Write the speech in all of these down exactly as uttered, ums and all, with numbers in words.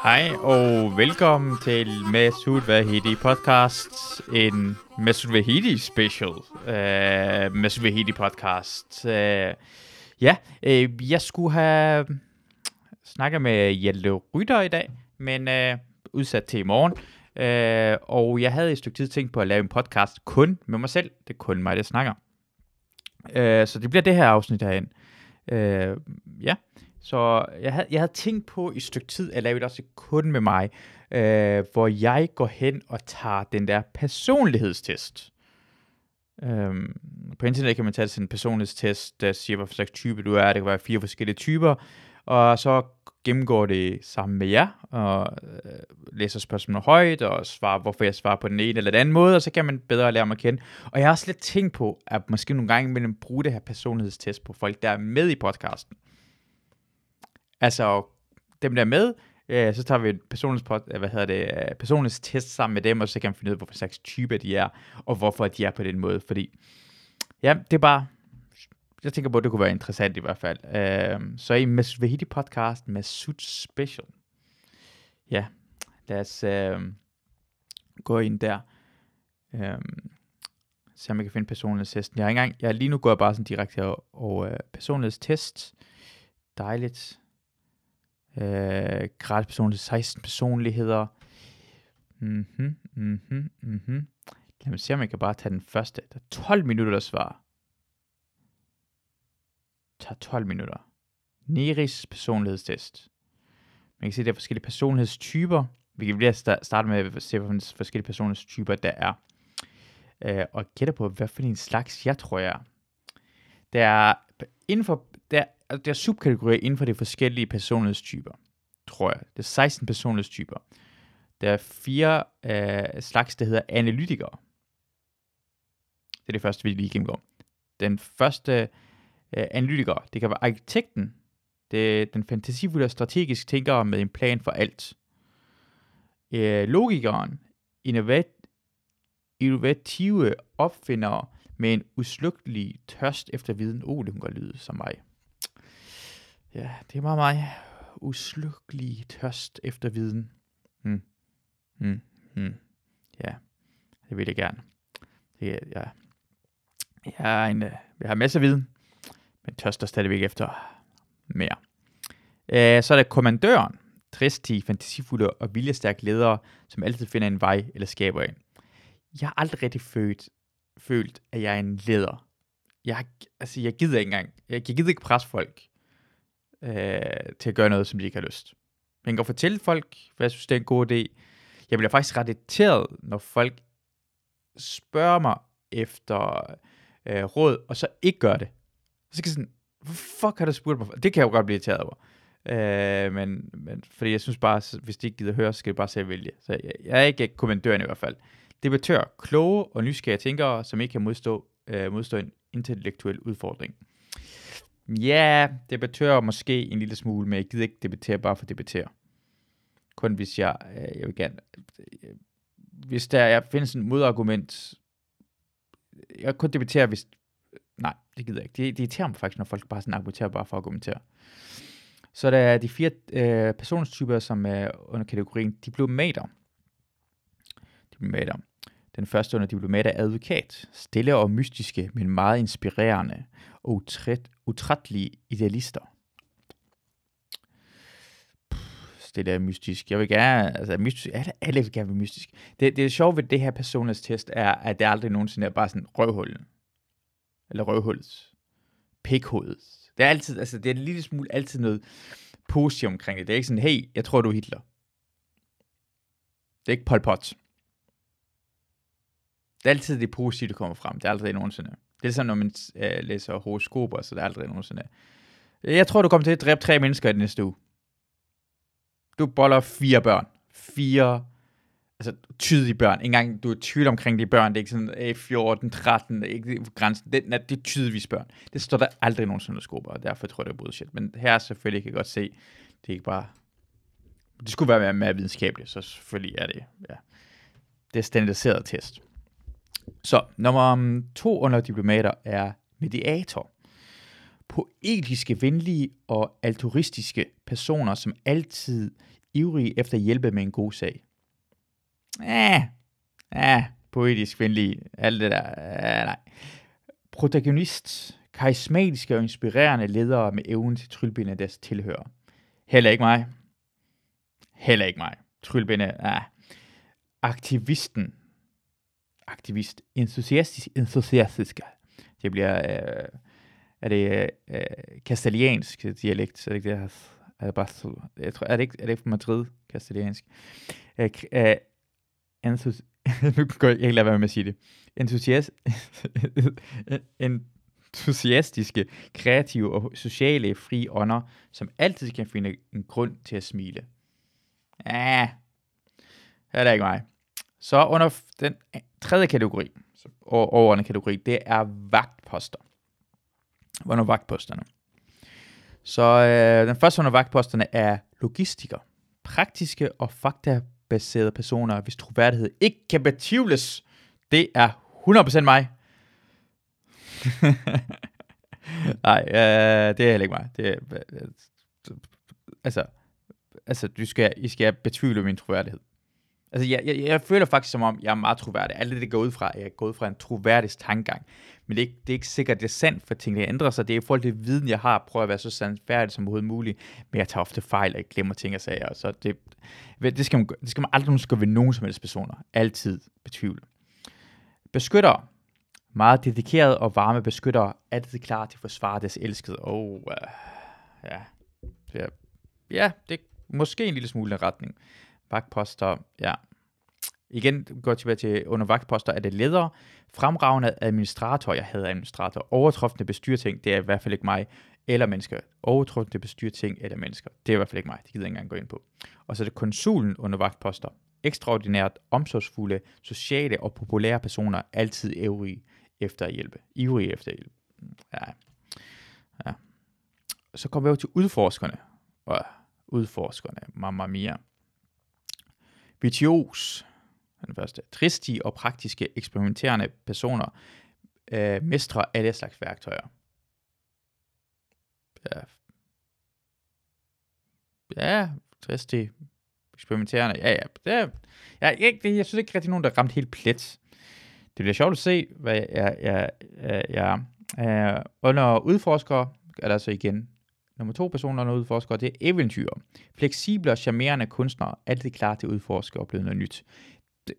Hej og velkommen til Masoud Vahedi podcast, en Masoud Vahedi special, uh, Masoud Vahedi podcast. Uh, ja, uh, jeg skulle have snakket med Hjalte Rytter i dag, men uh, udsat til i morgen. Uh, og jeg havde et stykke tid tænkt på at lave en podcast kun med mig selv. Det er kun mig, der snakker. Uh, så det bliver det her afsnit herinde. Uh, ja. Så jeg havde, jeg havde tænkt på i et stykke tid at lave det også kun med mig, øh, hvor jeg går hen og tager den der personlighedstest. Øhm, på internet kan man tage sådan en personlighedstest, der siger, hvad for slags type du er. Det kan være fire forskellige typer. Og så gennemgår det sammen med jer, og øh, læser spørgsmålet højt, og svarer, hvorfor jeg svarer på den ene eller den anden måde, og så kan man bedre lære mig at kende. Og jeg har også lidt tænkt på, at måske nogle gange imellem bruge det her personlighedstest på folk, der er med i podcasten. Altså, dem der er med, øh, så tager vi et personlighedspod, hvad hedder det, personlighedstest sammen med dem, og så kan man finde ud af, hvorfor slags type de er, og hvorfor de er på den måde. Fordi, ja, det er bare, jeg tænker på, at det kunne være interessant i hvert fald. Øh, så i Masoud Vahedi podcast, Masoud Special. Ja, lad os øh, gå ind der. Øh, se om jeg kan finde personlighedstesten. Jeg har ikke engang, jeg lige nu går jeg bare sådan direkte over, over øh, personlighedstest. Dejligt. Øh, gratis personlighed, seksten personligheder. Mhm, mhm, mhm. Lad mig se, om jeg kan bare tage den første. Der er tolv minutter at svare. Det tager tolv minutter. Neris personlighedstest. Man kan se, at der er forskellige personlighedstyper. Vi kan lige starte med at se, hvilke forskellige personlighedstyper der er. Øh, og gætte på, hvad for en slags jeg tror jeg er. Der er inden for der, altså der er subkategorier inden for de forskellige personlighedstyper, tror jeg. Det er seksten personlighedstyper. Der er fire øh, slags, der hedder analytikere. Det er det første, vi lige gennemgår. Den første øh, analytiker, det kan være arkitekten. Det er den fantasifulde og strategisk tænker med en plan for alt. Øh, logikeren, innovat- innovative opfindere med en uslukkelig tørst efter viden. Oh, det kunne godt lyde som mig. Ja, det er meget mig. Uslukkelig tørst efter viden. Hmm. Hmm. Hmm. Ja, det vil jeg gerne. Det er, ja. Jeg, er en, jeg har masser af viden, men tørster stadigvæk efter mere. Uh, så er der kommandøren. Dristig, fantasifulde og viljestærk ledere, som altid finder en vej eller skaber en. Jeg har aldrig rigtig følt, følt at jeg er en leder. Jeg, altså, jeg gider ikke engang. Jeg, jeg gider ikke presse folk øh, til at gøre noget, som de ikke har lyst. Jeg kan godt fortælle folk, hvad jeg synes, det er en god idé. Jeg bliver faktisk ret irriteret, når folk spørger mig efter øh, råd, og så ikke gør det. Så kan jeg sådan, hvor fuck har du spurgt mig for? Det kan jeg jo godt blive irriteret over. Øh, men, men, fordi jeg synes bare, hvis de ikke gider høre, så skal det bare selv vælge. Så jeg, jeg er ikke kommandøren i hvert fald. Debattør, kloge og nysgerrige tænkere, som ikke kan modstå, øh, modstå en intellektuel udfordring. Ja, debattør måske en lille smule, men jeg gider ikke debattere bare for at debattere. Kun hvis jeg, øh, jeg vil gerne, øh, hvis der jeg findes en modargument, jeg kan kun debattere, hvis, nej, det gider jeg ikke. Det, det irriterer mig faktisk, når folk bare sådan argumenterer bare for at argumentere. Så der er de fire øh, personstyper, som er under kategorien diplomater. Diplomater. Den første under diplomater er advokat. Stille og mystiske, men meget inspirerende og utræt, utrættelige idealister. Puh, stille og mystisk. Jeg vil gerne, altså mystisk, alle, alle vil gerne være mystisk. Det, det er sjovt ved det her personlighedstest, er, at det aldrig nogensinde er bare sådan røvhullet. Eller røvhullet. Pikhovedet. Det er altid, altså det er en lille smule altid noget positivt omkring det. Det er ikke sådan, hey, jeg tror du er Hitler. Det er ikke Pol Pot. Det er altid det positive, der kommer frem. Det er aldrig nogensinde. Det er sådan, når man øh, læser horoskoper, så det er aldrig nogensinde. Jeg tror, du kommer til at dræbe tre mennesker i den næste uge. Du boller fire børn. Fire, altså tydelige børn. Ikke engang du er tvivl omkring de børn. Det er ikke sådan eh, fjorten, tretten, det er ikke grænsen. Det, nej, det er tydeligvis børn. Det står der aldrig nogensinde i horoskoper, og derfor tror jeg, det er bullshit. Men her selvfølgelig kan jeg godt se, det er ikke bare... Det skulle være mere, mere videnskabeligt, så selvfølgelig er det, ja. Det er standardiseret test. Så nummer to under diplomater er mediator. Poetiske, venlige og altruistiske personer, som altid Ivrig efter at hjælpe med en god sag. Ja, ja, poetisk venlig, alt det der, ja, nej. Protagonist, karismatiske og inspirerende ledere med evnen til tryllebinde af deres tilhører. Heller ikke mig. Heller ikke mig. Tryllebinde, ja. Aktivisten. Aktivist. Entusiastisk, entusiastisk. Det bliver, øh, er det øh, kastaliansk dialekt, så er det ikke det, er det bare, jeg tror, er det ikke, er det ikke Madrid, kastaliansk? Øh, øh, entus, nu kan jeg ikke lade være med at sige det. Entusiast, entusiastiske, kreative og sociale frie ånder, som altid kan finde en grund til at smile. Ja, det er ikke mig. Så under den tredje kategori, overordnede kategori, det er vagtposter. Under vagtposterne. Så øh, den første under vagtposterne er logistiker. Praktiske og faktabaserede personer, hvis troværdighed ikke kan betvivles. Det er hundrede procent mig. Nej, øh, det er heller ikke mig. Det er, øh, altså, altså du skal, I skal betvivle min troværdighed. Altså, jeg, jeg, jeg føler faktisk, som om jeg er meget troværdig. Alt det, det går ud fra, jeg er gået fra en troværdig tankegang. Men det er, ikke, det er ikke sikkert, det er sandt, for tingene ændrer sig. Det er i forhold til viden, jeg har, prøver at være så sandfærdig som overhovedet muligt. Men jeg tager ofte fejl, og jeg glemmer ting og sager. Så det, det, skal man, det skal man aldrig nogensinde ved nogen som helst personer. Altid betvivle. Beskyttere. Meget dedikerede og varme beskyttere. Altid klar til at forsvare deres elskede. Oh, uh, ja. ja. Ja, det er måske en lille smule en retning. Vagtposter, ja. Igen går tilbage til under vagtposter, er det ledere, fremragende administrator, jeg hedder administrator, overtræffende bestyrting, det er i hvert fald ikke mig, eller mennesker, overtræffende bestyrting eller mennesker, det er i hvert fald ikke mig, det gider jeg ikke engang gå ind på. Og så er det konsulen under vagtposter, ekstraordinært, omsorgsfulde, sociale og populære personer, altid ivrige efter at hjælpe, ivrige efter at hjælpe. Ja. Ja. Så kommer vi over til udforskerne, og udforskerne, mamma mia. Virtuos, den første. Tristige og praktiske eksperimenterende personer øh, mestrer alle slags værktøjer. Ja, ja tristige, eksperimenterende, ja, ja. Det er, ja jeg, jeg synes ikke rigtig nogen, der ramt helt plet. Det bliver sjovt at se, hvad jeg, jeg, jeg, jeg, jeg øh, under udforskere, er der så igen nummer to personer under udforskere, det er eventyr. Fleksible og charmerende kunstnere, altid klar til at udforske og opleve noget nyt. Det,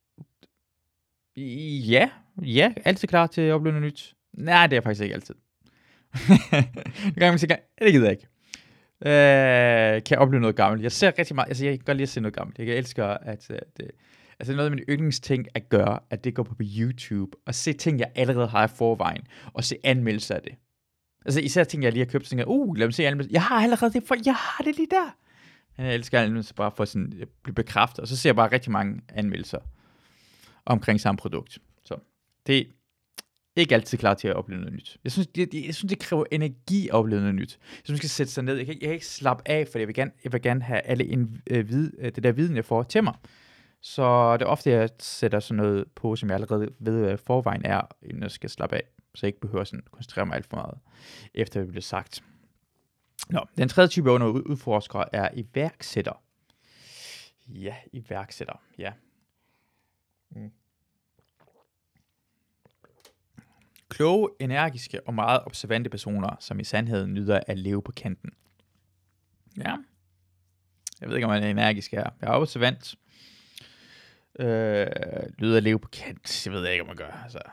ja, ja, altid klar til at opleve noget nyt. Nej, det er faktisk ikke altid. Det kan man sige, det gider jeg ikke. Øh, kan jeg opleve noget gammelt? Jeg ser rigtig meget, altså jeg kan godt lide at se noget gammelt. Jeg elsker, at uh, det, altså noget af min yndlingsting at gøre, at det går på YouTube, og se ting, jeg allerede har i forvejen, og se anmeldelser af det. Altså især ting, jeg lige har købt, så tænker jeg, uh, lad mig se anmeldelser. Jeg har allerede det, for jeg har det lige der. Jeg elsker anmeldelser bare for sådan at blive bekræftet, og så ser jeg bare rigtig mange anmeldelser omkring samme produkt. Så det er ikke altid klar til at opleve noget nyt. Jeg synes, det, jeg synes, det kræver energi at opleve noget nyt. Jeg synes, man skal sætte sig ned. Jeg kan, jeg kan ikke slappe af, for jeg vil gerne, jeg vil gerne have alle en, øh, vid, øh, det der viden, jeg får til mig. Så det er ofte, jeg sætter sådan noget på, som jeg allerede ved, hvad forvejen er, inden jeg skal slappe af. Så jeg ikke behøver sådan at koncentrere mig alt for meget, efter det bliver sagt. Nå, den tredje type under udforskere er iværksætter. Ja, iværksætter, ja. Mm. Kloge, energiske og meget observante personer, som i sandheden nyder at leve på kanten. Ja. Jeg ved ikke, om man er energisk her. Jeg er observant. Øh, nyder at leve på kant. Jeg ved ikke, om man gør. Altså.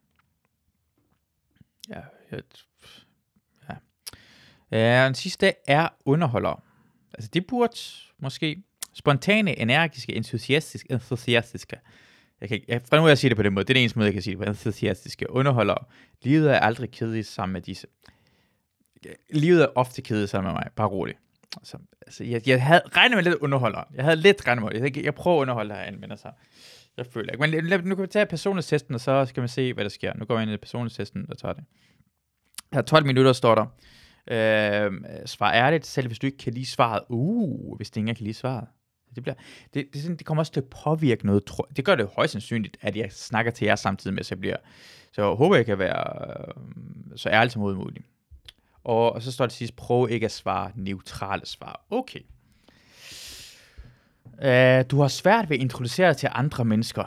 Ja, jeg, ja. Ja, den sidste er underholder. Altså, det burde måske spontane, energiske, entusiastiske, entusiastiske. Jeg kan, jeg, fra nu jeg siger det på den måde, det er det eneste måde, jeg kan sige det på, entusiastiske underholdere. Livet er aldrig kedeligt sammen med disse. Livet er ofte kedeligt sammen med mig, bare roligt. Altså, altså jeg, jeg havde regnet med lidt underholder. Jeg havde lidt regnet med det. Jeg, jeg prøver at underholde herinde, men altså, jeg føler ikke. Men nu kan vi tage personlighedstesten, og så skal man se, hvad der sker. Nu går vi ind i personlighedstesten, og tager det. Her tolv minutter står der. Øh, svar ærligt, selv hvis du ikke kan lide svaret. Uh, hvis det ikke kan lide svaret. Det, bliver, det, det, det kommer også til at påvirke noget. Det gør det højst sandsynligt, at jeg snakker til jer samtidig med, så jeg bliver. Så jeg håber, jeg kan være øh, så ærlig som muligt. Og, og så står det sidst, prøv ikke at svare neutrale svar. Okay. Uh, du har svært ved at introducere dig til andre mennesker.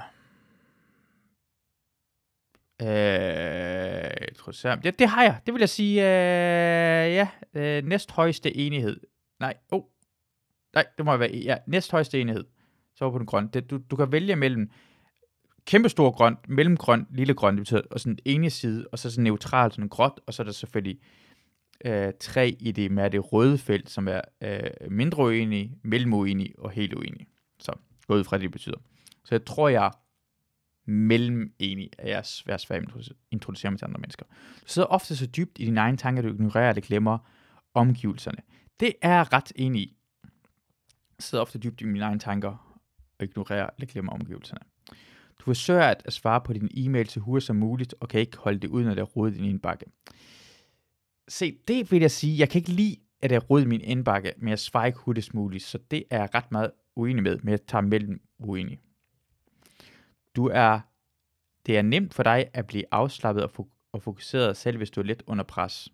Uh, det, det har jeg. Det vil jeg sige, uh, ja, uh, næsthøjeste enighed. Nej, oh. Nej, det må være, ja, næsthøjeste enighed. Så på den grønne. Det, du, du kan vælge mellem kæmpestor grønt, mellemgrønt, lille grønt, det betyder, og sådan en ene side, og så sådan neutral, sådan en gråt, og så er der selvfølgelig øh, tre i det med det røde felt, som er øh, mindre uenig, mellemuenig og helt uenig. Så gå ud fra det, det betyder. Så jeg tror, jeg er mellemenig, at jeg er svært at introducere mig til andre mennesker. Du sidder ofte så dybt i dine egne tanker, at du ignorerer eller glemmer omgivelserne. Det er jeg ret enig i. Jeg sidder ofte dybt i mine egne tanker, og ignorerer eller glemmer omgivelserne. Du forsøger at svare på din e-mail så hurtigt som muligt, og kan ikke holde det ud, når det er rodet i din indbakke. Se, det vil jeg sige, jeg kan ikke lide, at det er rodet i min indbakke, men jeg svarer ikke hurtigst muligt, så det er jeg ret meget uenig med, men jeg tager mellem uenig. Du er, det er nemt for dig at blive afslappet og, fok- og fokuseret, selv hvis du er lidt under pres.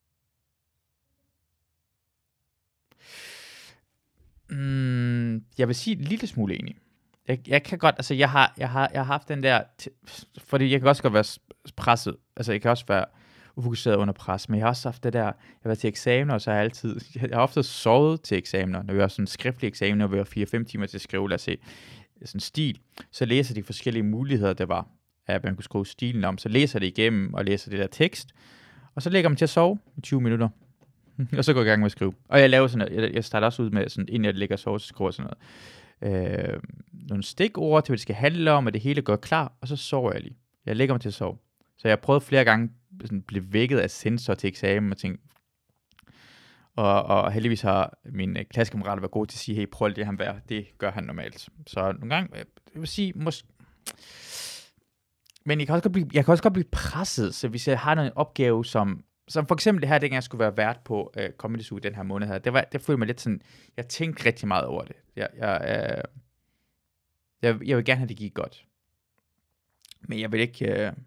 Mm, jeg vil sige en lille smule enig. Jeg, jeg kan godt, altså jeg har, jeg har, jeg har haft den der, t- fordi jeg kan også godt være presset, altså jeg kan også være ufokuseret under pres, men jeg har også haft det der, jeg har været til eksamener, og så har jeg altid, jeg har ofte sovet til eksamener, når vi har sådan skriftlige eksamener, hvor vi har fire fem timer til at skrive, lad os se, sådan stil, så læser de forskellige muligheder, der var, at man kunne skrive stilen om, så læser det igennem, og læser det der tekst, og så lægger man til at sove i tyve minutter, og så går jeg i gang med at skrive. Og jeg laver sådan noget, jeg, jeg starter også ud med, sådan, inden jeg lægger og sover, så skriver jeg sådan noget, øh, nogle stikord til, hvad det skal handle om, og det hele går klar, og så sover jeg lige. Jeg lægger mig til at sove. Så jeg har prøvet flere gange at blive vækket af sensor til eksamen og ting. Og, og heldigvis har mine klassekammerater været gode til at sige, hey, prøv at det ham være. Det gør han normalt. Så nogle gange, jeg vil sige, måske... Men jeg kan, også godt blive, jeg kan også godt blive presset, så hvis jeg har en opgave, som, som for eksempel det her, dengang jeg skulle være vært på uh, Comedy Zoo den her måned her, det, var, det følte mig lidt sådan, jeg tænkte rigtig meget over det. Jeg, jeg, uh, jeg, jeg vil gerne have, det gik godt. Men jeg vil ikke... Uh, jeg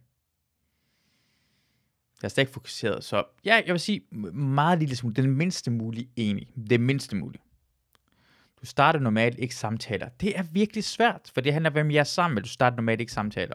er stadig fokuseret, så ja, jeg vil sige meget lille smule, den mindste mulige enig. Det mindste mulige. Du starter normalt ikke samtaler. Det er virkelig svært, for det handler om, hvem jeg er sammen med. Du starter normalt ikke samtaler.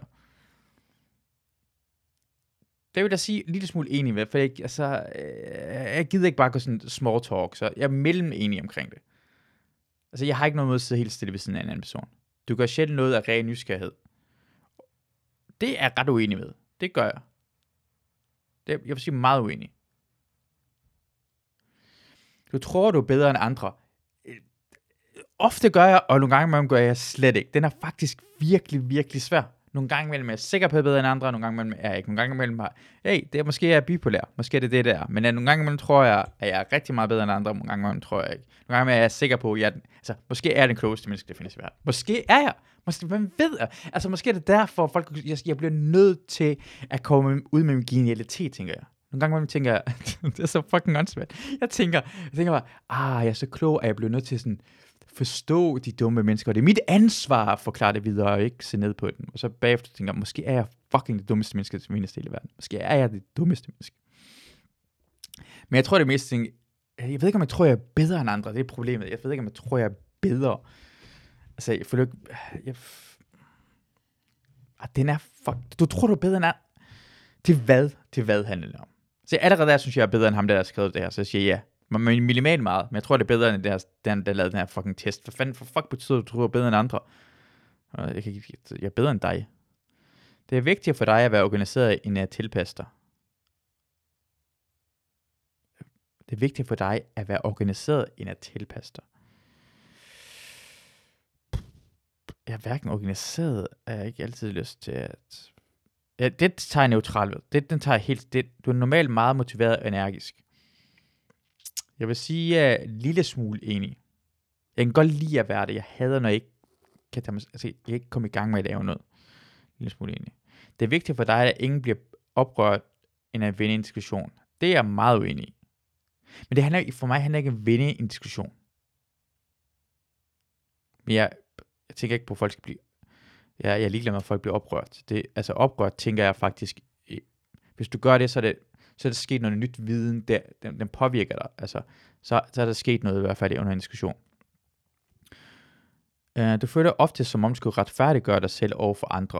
Det vil jeg sige en lille smule enig med, for jeg, altså, jeg gider ikke bare gå sådan small talk, så jeg er mellem enig omkring det. Altså, jeg har ikke noget mod at sidde helt stille ved sådan en anden person. Du gør sjældent noget af ren nysgerrighed. Det er jeg ret uenig med. Det gør jeg. Det, jeg vil sige meget uenig. Du tror, du er bedre end andre. Ofte gør jeg, og nogle gange imellem gør jeg slet ikke. Den er faktisk virkelig, virkelig svær. Nogle gange imellem er jeg sikker på, at jeg er bedre end andre, og nogle gange imellem er jeg ikke. Nogle gange imellem har hey, det er måske jeg er bipolær. Måske er det det, der. Men nogle gange imellem tror jeg, at jeg er rigtig meget bedre end andre, og nogle gange imellem tror jeg ikke. Nogle gange imellem er jeg sikker på, at jeg er den, altså, måske er jeg den klogeste menneske, der findes i verden. Måske er jeg. Måske, hvem ved jeg? Altså, måske er det derfor, folk, jeg, jeg bliver nødt til at komme ud med min genialitet, tænker jeg. Nogle gange imellem tænker jeg, det er så fucking åndssvagt. Jeg tænker, jeg tænker bare, ah, jeg er så klog, at jeg bliver nødt til sådan forstå de dumme mennesker. Det er mit ansvar at forklare det videre, og ikke se ned på den. Og så bagefter tænker jeg, måske er jeg fucking det dummeste menneske, som findes i hele verden. Måske er jeg det dummeste menneske. Men jeg tror det meste ting, jeg ved ikke, om jeg tror, jeg er bedre end andre. Det er problemet. Jeg ved ikke, om jeg tror, jeg er bedre. Altså, jeg føler ikke... Jeg, ah, den er fuck... Du tror, du er bedre end andre? Til hvad? Til hvad handler det om? Så allerede der synes jeg, jeg er bedre end ham, der har skrevet det her. Så jeg siger ja. Men minimalt meget, men jeg tror, det er bedre end det her, der, der lavede den her fucking test. Hvad fanden for fuck betyder, at du tror, du er bedre end andre? Jeg, kan, jeg er bedre end dig. Det er vigtigt for dig at være organiseret, end at tilpasse dig. Det er vigtigt for dig at være organiseret, end at tilpasse dig. Jeg er hverken organiseret, er jeg ikke altid lyst til at... Ja, det tager jeg neutralt ved. Det, den tager helt... Det, du er normalt meget motiveret og energisk. Jeg vil sige, at jeg er en lille smule enig. Jeg kan godt lide at være det. Jeg hader, når jeg ikke kan tage mig, altså, jeg ikke komme i gang med at lave noget. En lille smule enig. Det er vigtigt for dig, at ingen bliver oprørt, end at vinde en diskussion. Det er jeg meget uenig i. Men det handler, for mig handler ikke om at vinde en diskussion. Men jeg, jeg tænker ikke på, at folk skal blive... Jeg, jeg er ligeglad med, at folk bliver oprørt. Det, altså oprørt tænker jeg faktisk... Hvis du gør det, så er det... så er der sket noget nyt viden, der, den, den påvirker dig. Altså, så, så er der sket noget i hvert fald under en diskussion. Uh, du føler ofte, som om du skulle retfærdiggøre dig selv over for andre.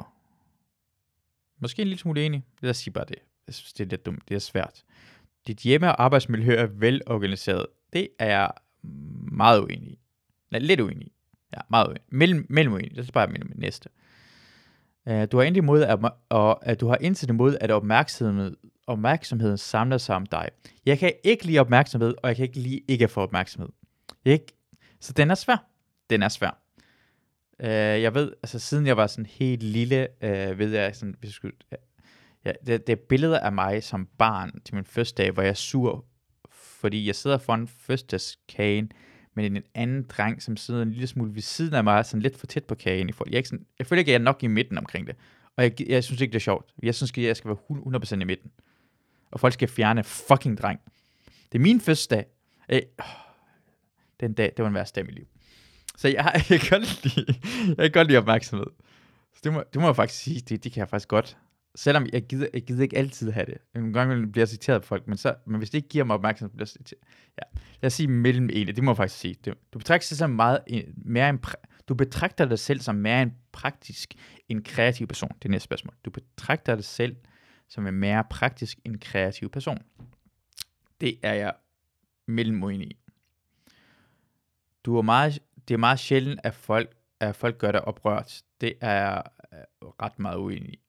Måske en lille smule enig. Lad os sige bare det. Jeg synes, det er lidt dumt. Det er svært. Dit hjemme- og arbejdsmiljø er velorganiseret. Det er jeg meget uenig i. Nej, lidt uenig i. Ja, meget uenig. Mellem, mellem uenig. Det er bare mellem næste. Uh, du har intet imod, at, og, at du har intet imod, at opmærksomhed, opmærksomheden samler sig om dig. Jeg kan ikke lide opmærksomhed, og jeg kan ikke lide ikke at få opmærksomhed. Ikke? Så den er svær. Den er svær. Uh, jeg ved, altså siden jeg var sådan helt lille, uh, ved jeg sådan, hvis jeg skulle, uh, ja, det, det er billeder af mig som barn til min første dag, hvor jeg er sur, fordi jeg sidder foran fødselsdagskagen, men en anden dreng, som sidder en lille smule ved siden af mig, sådan lidt for tæt på kagen. Jeg, er ikke sådan, jeg føler ikke, at jeg er nok i midten omkring det. Og jeg, jeg synes ikke, det er sjovt. Jeg synes, at jeg skal være hundrede procent i midten. Og folk skal fjerne fucking dreng. Det er min fødselsdag. Øh, den dag, det var den værste dag i mit liv. Så jeg, jeg, kan godt lide, jeg kan godt lide opmærksomhed. Så det må, det må jeg faktisk sige, det, det kan jeg faktisk godt. Selvom jeg gider, jeg gider ikke altid have det. En gang bliver jeg citeret af folk, men, så, men hvis det ikke giver mig opmærksomhed, bliver jeg citeret. Ja. Lad os sige mellem en, det må jeg faktisk sige. Det, du betragter dig selv som meget mere en, du betragter dig selv som mere en praktisk, en kreativ person. Det er næste spørgsmål. Du betragter dig selv som en mere praktisk, en kreativ person. Det er jeg mellem uenig i. Du er meget, det er meget sjældent, at folk, at folk gør dig oprørt. Det er jeg ret meget uenig i.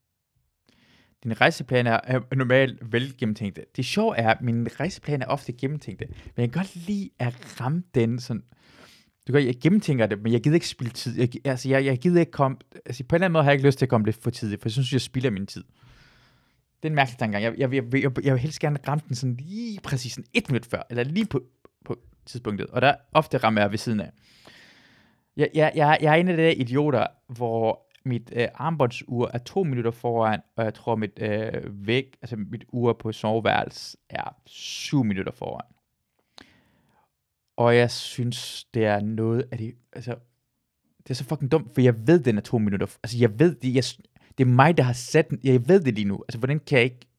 Dine rejseplaner er normalt velgennemtænkte. Det sjove er, at mine rejseplaner er ofte gennemtænkte, men jeg kan godt lide at ramme den sådan. Du kan, jeg gennemtænker det, men jeg gider ikke spille tid. Jeg, altså, jeg, jeg gider ikke komme. Altså, på en eller anden måde har jeg ikke lyst til at komme lidt for tidligt, for jeg synes, jeg spilder min tid. Det er en mærkelig tankegang. Jeg, jeg, jeg, jeg, jeg vil helst gerne ramme den sådan lige præcis sådan et minut før, eller lige på, på tidspunktet. Og der ofte rammer jeg ved siden af. Jeg, jeg, jeg, jeg er en af de idioter, hvor mit øh, armbåndsur er to minutter foran, og jeg tror, mit øh, væg, altså mit ur på soveværelse er syv minutter foran. Og jeg synes, det er noget af det, altså, det er så fucking dumt, for jeg ved, den er to minutter, altså jeg ved det, jeg, det er mig, der har sat den, jeg ved det lige nu, altså hvordan kan jeg ikke,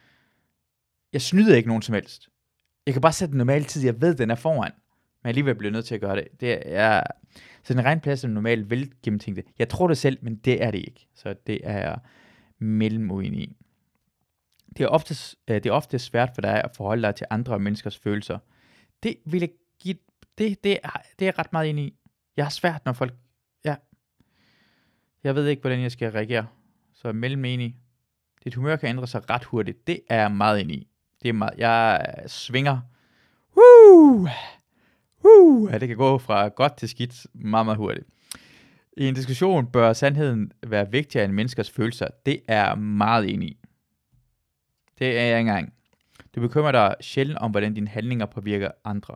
jeg snyder ikke nogen som helst. Jeg kan bare sætte den normale tid, jeg ved, den er foran, men alligevel bliver nødt til at gøre det. Det er, så den rene plads er normalt velgennemtænkte. Jeg tror det selv, men det er det ikke. Så det er mellem uenig i. Det er ofte, det er ofte svært for dig at forholde dig til andre menneskers følelser. Det vil jeg give, det, det, er, det er ret meget enig i. Jeg har svært, når folk, ja, jeg ved ikke, hvordan jeg skal reagere. Så mellem enig. Dit humør kan ændre sig ret hurtigt. Det er jeg meget enig i. Det er meget, jeg svinger. Woo! Uh, ja, det kan gå fra godt til skidt meget, meget hurtigt. I en diskussion bør sandheden være vigtigere end menneskers følelser. Det er meget enig i. Det er jeg ikke engang. Du bekymrer dig sjældent om, hvordan dine handlinger påvirker andre.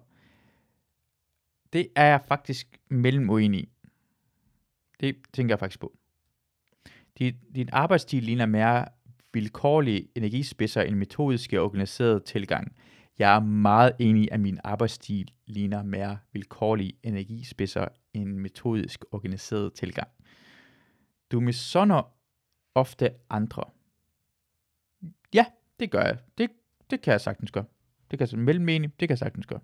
Det er jeg faktisk mellem uenig i. Det tænker jeg faktisk på. Din, din arbejdsstil ligner mere vilkårlige energispidser end metodiske og organiserede tilgang. Jeg er meget enig i, at min arbejdsstil ligner mere vilkårlige energispidser end metodisk organiseret tilgang. Du misunder ofte andre. Ja, det gør jeg. Det, det kan jeg sagtens gøre. Det kan jeg mellem enig, det kan jeg sagtens gøre.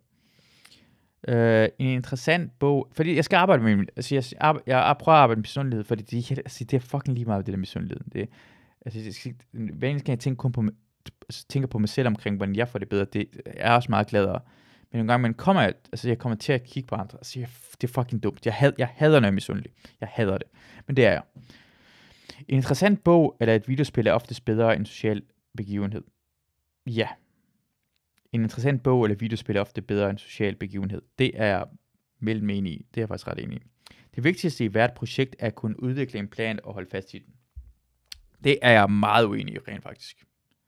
Uh, en interessant bog, fordi jeg skal arbejde med min, altså jeg, jeg, jeg prøver at arbejde med misundelighed, fordi det, altså det er fucking lige meget det der misundelighed. Det, altså, hver eneste gang jeg tænker kun på tænker på mig selv omkring, hvordan jeg får det bedre, det er også meget gladere. Men nogle gange, man kommer, altså jeg kommer til at kigge på andre, og siger, det er fucking dumt. Jeg, had, jeg hader, når jeg er misundelig. Jeg hader det. Men det er jeg. En interessant bog eller et videospil er oftest bedre end en social begivenhed. Ja. En interessant bog eller videospil er ofte bedre end en social begivenhed. Det er jeg mellem enig i. Det er jeg faktisk ret enig i. Det vigtigste i hvert projekt er at kunne udvikle en plan og holde fast i den. Det er jeg meget uenig i, rent faktisk.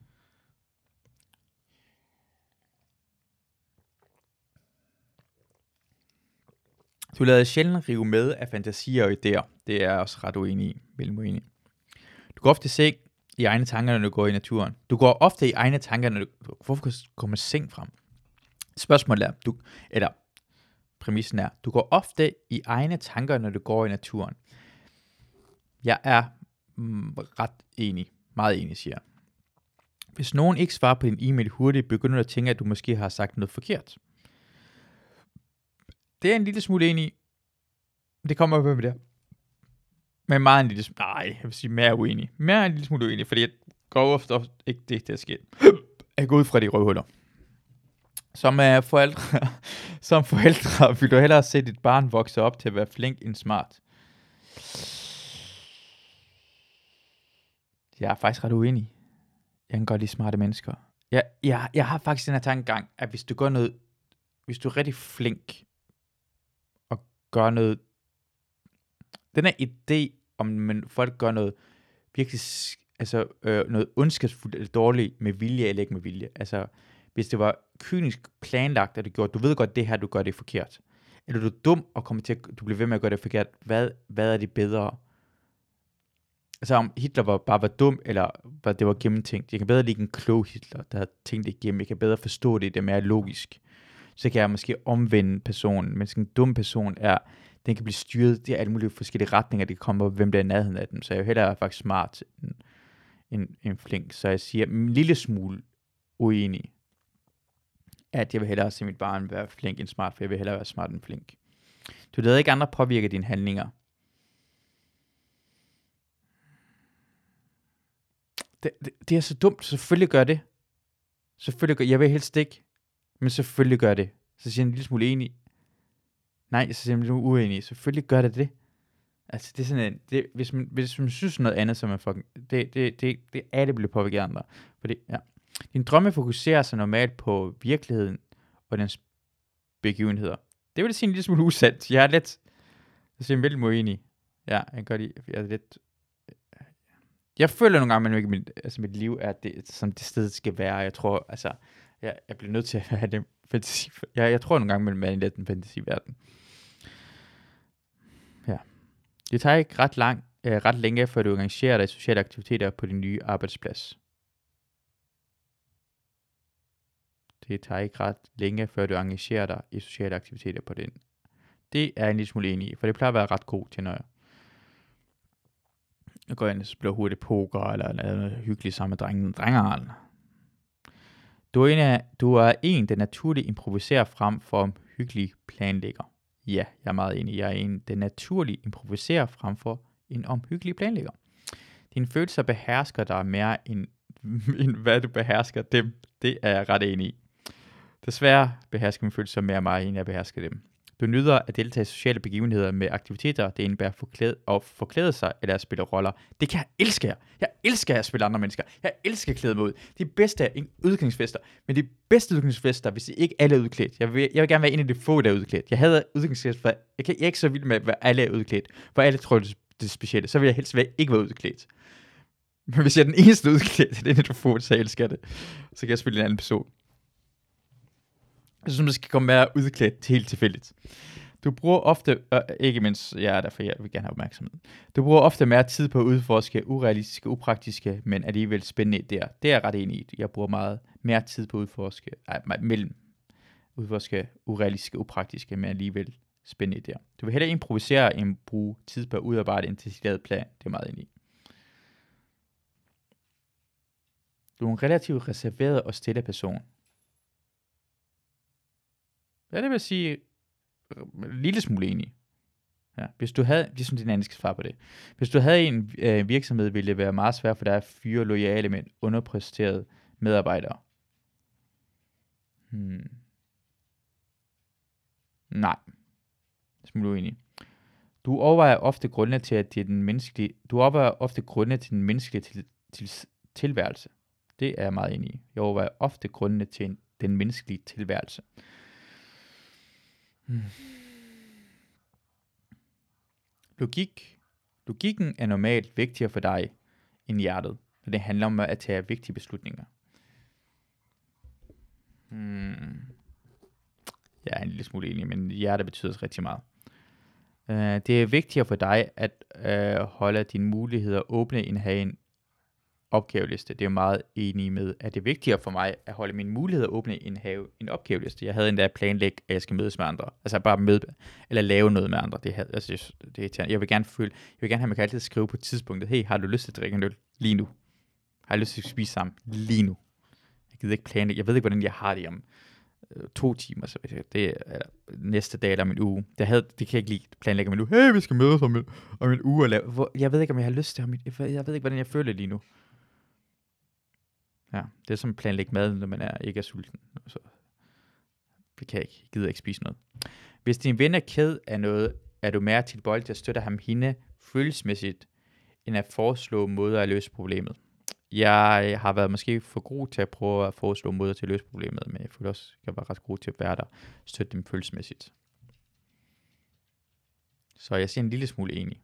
Du lader sjældent rive med af fantasier og idéer. Det er jeg også ret uenig i. Mellem uenig. Du går ofte seng i egne tanker, når du går i naturen. Du går ofte i egne tanker, når du... Hvorfor kommer seng frem? Spørgsmålet er, du, eller præmissen er, du går ofte i egne tanker, når du går i naturen. Jeg er mm, ret enig. Meget enig, siger jeg. Hvis nogen ikke svarer på din e-mail hurtigt, begynder du at tænke, at du måske har sagt noget forkert. Det er en lille smule enig i. Det kommer på med det. Men meget en lille smule, nej, jeg vil sige mere uenig. Mere en lille smule uenig, fordi jeg går ofte, ofte ikke det, der sker. Jeg går ud fra de røvhuller. Som uh, forældre, som forældre vil du hellere se dit barn vokse op til at være flink end smart. Jeg er faktisk ret uenig. Jeg kan godt lide smarte mennesker. Jeg, jeg, jeg har faktisk den her tankegang, at hvis du gør noget, hvis du er rigtig flink, og gør noget, den her idé, om man, folk gør noget virkelig, altså øh, noget ondskabsfuldt eller dårligt med vilje eller ikke med vilje. Altså, hvis det var kynisk planlagt, at du gjorde, du ved godt, det her, du gør det forkert. Eller du er dum og kommer til at, du bliver ved med at gøre det forkert. Hvad, hvad er det bedre? Altså om Hitler var, bare var dum, eller var, det var gennemtænkt. Jeg kan bedre lide en klog Hitler, der har tænkt det igennem. Jeg kan bedre forstå det, det er mere logisk. Så kan jeg måske omvende personen. Men sådan en dum person er, den kan blive styret. Det er alle mulige forskellige retninger, det kommer, hvem der er i nærheden af dem. Så jeg er jo hellere faktisk smart end, end, end flink. Så jeg siger en lille smule uenig, at jeg vil hellere se mit barn være flink end smart, for jeg vil hellere være smart end flink. Du lader ikke andre påvirke dine handlinger. Det, det, det er så dumt. Selvfølgelig gør det. Selvfølgelig gør jeg vil helst ikke, men selvfølgelig gør det. Så siger jeg en lille smule enig. Nej, så siger jeg en lille smule uenig. Selvfølgelig gør det det. Altså, det er sådan en, det, hvis, man, hvis man synes noget andet, som er fucking, det, det, det, det er det bliver påvirket af andre. Fordi, ja. Din drømme fokuserer sig normalt på virkeligheden og dens begivenheder. Det vil sige en lille smule usandt. Jeg er lidt, jeg siger en veldig uenig. Ja, jeg kan godt lide, jeg er lidt, jeg føler nogle gange, at mit, altså mit liv er det, som det sted skal være. Jeg tror, altså, jeg, jeg bliver nødt til at have det fantasi. Jeg, jeg tror nogle gange, at man er lidt en fantasiverden. Ja. Det tager ikke ret, lang, øh, ret længe, før du engagerer dig i sociale aktiviteter på din nye arbejdsplads. Det tager ikke ret længe, før du engagerer dig i sociale aktiviteter på den. Det er jeg en lille smule enig i, for det plejer at være ret god til, når jeg, jeg går ind og spiller hurtigt poker, eller noget hyggeligt sammen med drengen, drengeren. Du er en, af, du er en, der naturligt improviserer frem for en hyggelig planlægger. Ja, jeg er meget enig. Jeg er en, der naturligt improviserer frem for en omhyggelig planlægger. Dine følelser behersker dig mere, end, end hvad du behersker dem. Det er jeg ret enig i. Desværre behersker mine følelser mere mig, end jeg behersker dem. Du nyder at deltage i sociale begivenheder med aktiviteter, det indebærer forklæde, at forklæde sig eller at spille roller. Det kan jeg elske. Jeg elsker at spille andre mennesker. Jeg elsker at klæde mig ud. De bedste er udklædningsfester. Men de bedste udklædningsfester, hvis I ikke alle er udklædt. Jeg vil, jeg vil gerne være en af de få, der er udklædt. Jeg havde udklædningsfester. Jeg, kan, jeg er ikke så vild med, at alle er udklædt. For alle tror, det er specielle. Så vil jeg helst være, ikke være udklædt. Men hvis jeg er den eneste udklædt, det er en af de få, så jeg elsker det. Så kan jeg spille en anden person. Jeg synes, man skal komme mere udklædt helt tilfældigt. Du bruger ofte, øh, ikke mindst jeg er der, for jeg vil gerne have opmærksomhed. Du bruger ofte mere tid på at udforske urealistiske, upraktiske, men alligevel spændende idéer. Det er jeg ret enig i. Jeg bruger meget mere tid på at udforske, ej, mellem udforske urealistiske, upraktiske, men alligevel spændende idéer. Du vil hellere improvisere, end bruge tid på at udarbejde en decideret plan. Det er meget enig i. Du er en relativt reserveret og stille person. Ja, det vil sige en lille smule enig. Ja, hvis du havde, det er sådan din anden skal svare på det. Hvis du havde en øh, virksomhed, ville det være meget svært for dig at fyre loyale, men underpræsterede medarbejdere. Hmm. Nej. Smule uenig. Du overvejer ofte grunde til at det er den menneskelige, du overvejer ofte grunde til den menneskelige til, til, tilværelse. Det er jeg meget enig i. Jeg overvejer ofte grunde til en, den menneskelige tilværelse. Hmm. Logik. Logikken er normalt vigtigere for dig end hjertet, når det handler om at tage vigtige beslutninger. Hmm. Jeg er en lille smule enig, men hjertet betyder rigtig meget. Uh, det er vigtigere for dig at uh, holde dine muligheder åbne end at have en opgaveliste. Det er meget enig med, at det er vigtigere for mig at holde mine muligheder åbne end at have en opgaveliste. Jeg havde endda planlægget, at jeg skal mødes med andre. Altså bare møde, eller lave noget med andre. Det, havde, altså, det er, jeg vil gerne føle, jeg vil gerne have, at man kan altid skrive på tidspunktet, hey, har du lyst til at drikke en øl lige nu? Har jeg lyst til at spise sammen lige nu? Jeg gider ikke planlægge. Jeg ved ikke, hvordan jeg har det om øh, to timer, så det er eller, næste dag eller om en uge. Det, havde, det kan jeg ikke lige planlægge om en uge. Hey, vi skal mødes om en, om en uge. Og lave, hvor, jeg ved ikke, om jeg har lyst til det. Jeg, jeg ved ikke, hvordan jeg føler lige nu. Ja, det er som at planlægge mad, når man er, ikke er sulten. Så det kan jeg ikke. Jeg gider ikke spise noget. Hvis din ven er ked af noget, er du mere tilbøjelig til at støtte ham hende følelsesmæssigt, end at foreslå måder at løse problemet. Jeg har været måske for god til at prøve at foreslå måder til at løse problemet, men jeg føler også, at jeg var ret god til at være der og støtte dem følelsesmæssigt. Så jeg siger en lille smule enig.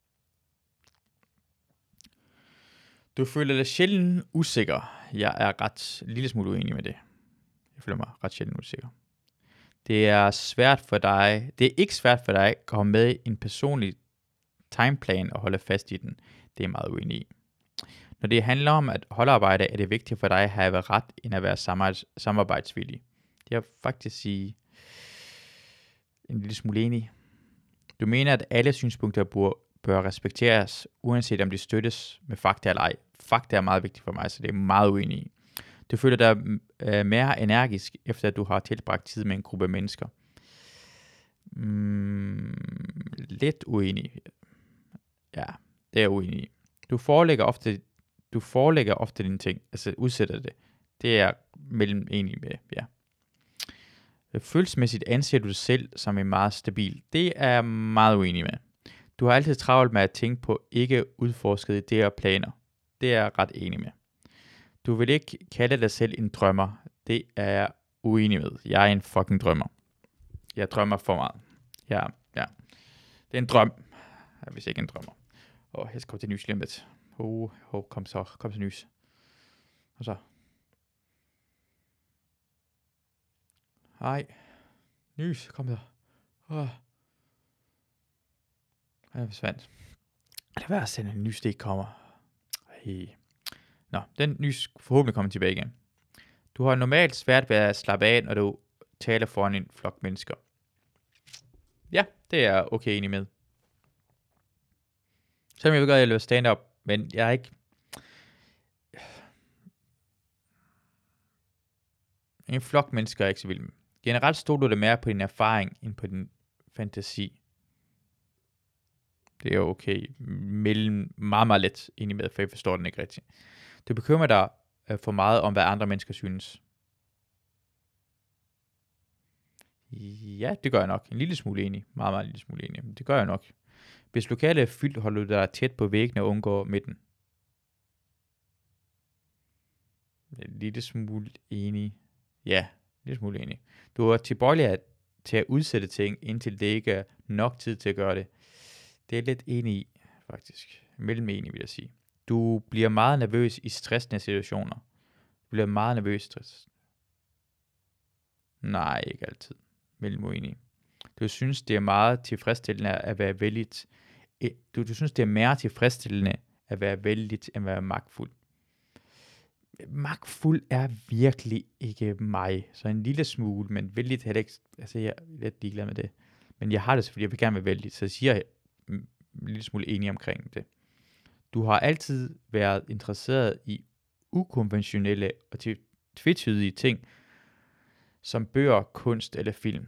Du føler dig sjældent usikker. Jeg er ret en lille smule uenig med det. Jeg føler mig ret sjældent usikker. Det er svært for dig. Det er ikke svært for dig at komme med i en personlig timeplan og holde fast i den. Det er meget uenig i. Når det handler om at holde arbejde, er det vigtigt for dig at have ret, end at være samarbejdsvillig. Jeg vil faktisk sige en lille smule enig. Du mener, at alle synspunkter bør, bør respekteres, uanset om de støttes med fakta eller ej. Fakta er meget vigtigt for mig, så det er meget uenig i. Du føler dig øh, mere energisk, efter at du har tilbragt tid med en gruppe mennesker. Mm, lidt uenig. Ja, det er uenig i. Du forelægger ofte, du forelægger ofte dine ting, altså udsætter det. Det er mellem enig med, ja. Følelsesmæssigt anser du dig selv som en meget stabil. Det er jeg meget uenig med. Du har altid travlt med at tænke på ikke udforskede idéer og planer. Det er jeg ret enig med. Du vil ikke kalde dig selv en drømmer. Det er jeg uenig med. Jeg er en fucking drømmer. Jeg drømmer for meget. Ja, ja. Det er en drøm. Hvis ikke en drømmer. Åh, oh, jeg skal komme til nys lige om lidt. Oh, oh, kom så, kom så nys. Og så. Hej. Nys, kom så. Åh. Jeg forsvandt. Det er værd at sende en nys, det ikke kommer. Hey. Nå, den nys forhåbentlig kommer tilbage igen. Du har normalt svært ved at slappe af, når du taler foran en flok mennesker. Ja, det er jeg okay enig med. Selvom jeg vil godt, at jeg løber stand-up, men jeg er ikke... En flok mennesker er ikke så vild med. Generelt stoler du det mere på din erfaring, end på din fantasi. Det er jo okay. Mellem meget, meget let enig med, for jeg forstår den ikke rigtigt. Du bekymrer dig for meget om, hvad andre mennesker synes. Ja, det gør jeg nok. En lille smule enig. Meget, meget lille smule enig. Det gør jeg nok. Hvis lokalet er fyldt, holder du dig tæt på væggene og undgår midten. En lille smule enig. Ja, en lille smule enig. Du er tilbøjelig til at udsætte ting, indtil det ikke er nok tid til at gøre det. Det er lidt enig i, faktisk. Mellem enig, vil jeg sige. Du bliver meget nervøs i stressende situationer. Du bliver meget nervøs i stress. Nej, ikke altid. Mellem uenig. Du synes, det er meget tilfredsstillende at være vældigt. Du, du synes, det er mere tilfredsstillende at være vældigt, end at være magtfuld. Magtfuld er virkelig ikke mig. Så en lille smule, men vældigt heller ikke. Altså, jeg er lidt ligeglad med det. Men jeg har det selvfølgelig, jeg vil gerne være vældigt. Så jeg siger en lille smule enig omkring det. Du har altid været interesseret i ukonventionelle og tvetydige ting, som bøger, kunst eller film.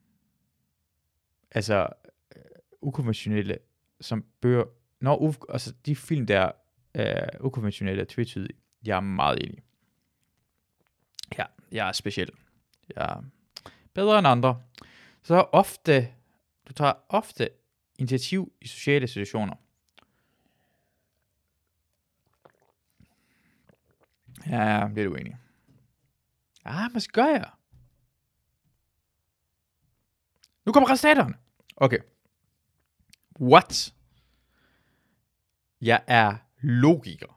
Altså, ukonventionelle, som bøger, når u- altså de film, der er uh, ukonventionelle og tvetydige, jeg er meget enig. Ja, jeg er speciel. Jeg er bedre end andre. Så ofte, du tager ofte initiativ i sociale situationer. Ja, jeg er lidt uenig. Ah, hvad gør jeg? Nu kommer resultaterne. Okay. What? Jeg er logiker.